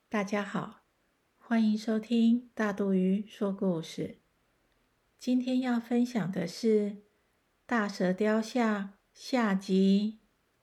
大家好，欢迎收听大肚鱼说故事。今天要分享的是大蛇雕像下集。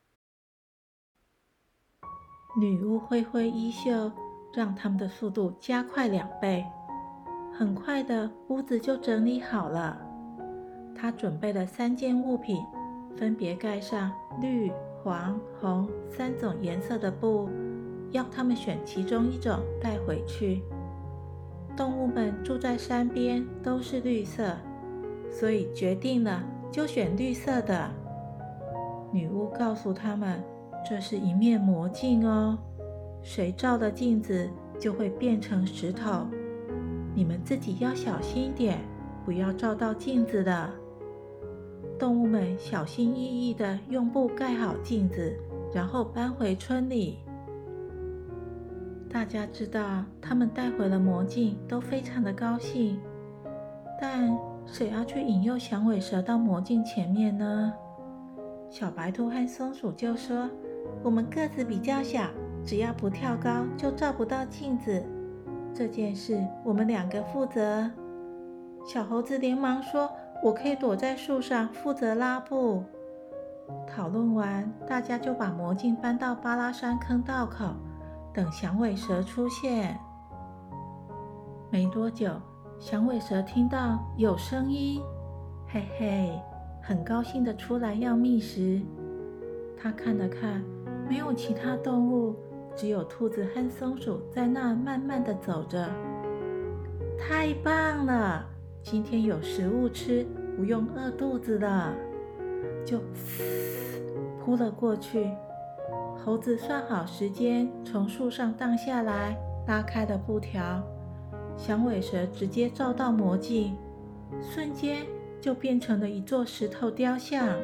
女巫挥挥衣袖，让他们的速度加快2倍。很快的，屋子就整理好了。她准备了3件物品，分别盖上绿、黄、红3种颜色的布，要他们选其中一种带回去。动物们住在山边，都是绿色，所以决定了就选绿色的。女巫告诉他们，这是一面魔镜哦，谁照了镜子就会变成石头。你们自己要小心点，不要照到镜子了。动物们小心翼翼地用布盖好镜子，然后搬回村里。大家知道他们带回了魔镜，都非常的高兴。但谁要去引诱响尾蛇到魔镜前面呢？小白兔和松鼠就说：“我们个子比较小，只要不跳高就照不到镜子。这件事我们2个负责。”小猴子连忙说：“我可以躲在树上，负责拉布。”讨论完，大家就把魔镜搬到巴拉山坑道口，等响尾蛇出现。没多久，响尾蛇听到有声音，嘿嘿，很高兴地出来要觅食。他看了看，没有其他动物，只有兔子和松鼠在那慢慢地走着。太棒了，今天有食物吃，不用饿肚子了。就扑了过去。猴子算好时间，从树上荡下来，拉开了布条。响尾蛇直接照到魔镜，瞬间就变成了一座石头雕像。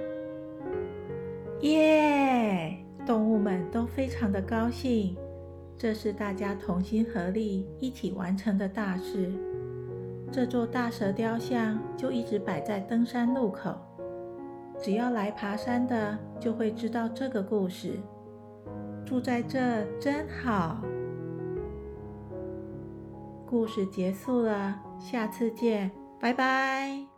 耶！动物们都非常的高兴，这是大家同心合力一起完成的大事。这座大蛇雕像就一直摆在登山路口，只要来爬山的就会知道这个故事。住在这真好。故事结束了，下次见，拜拜。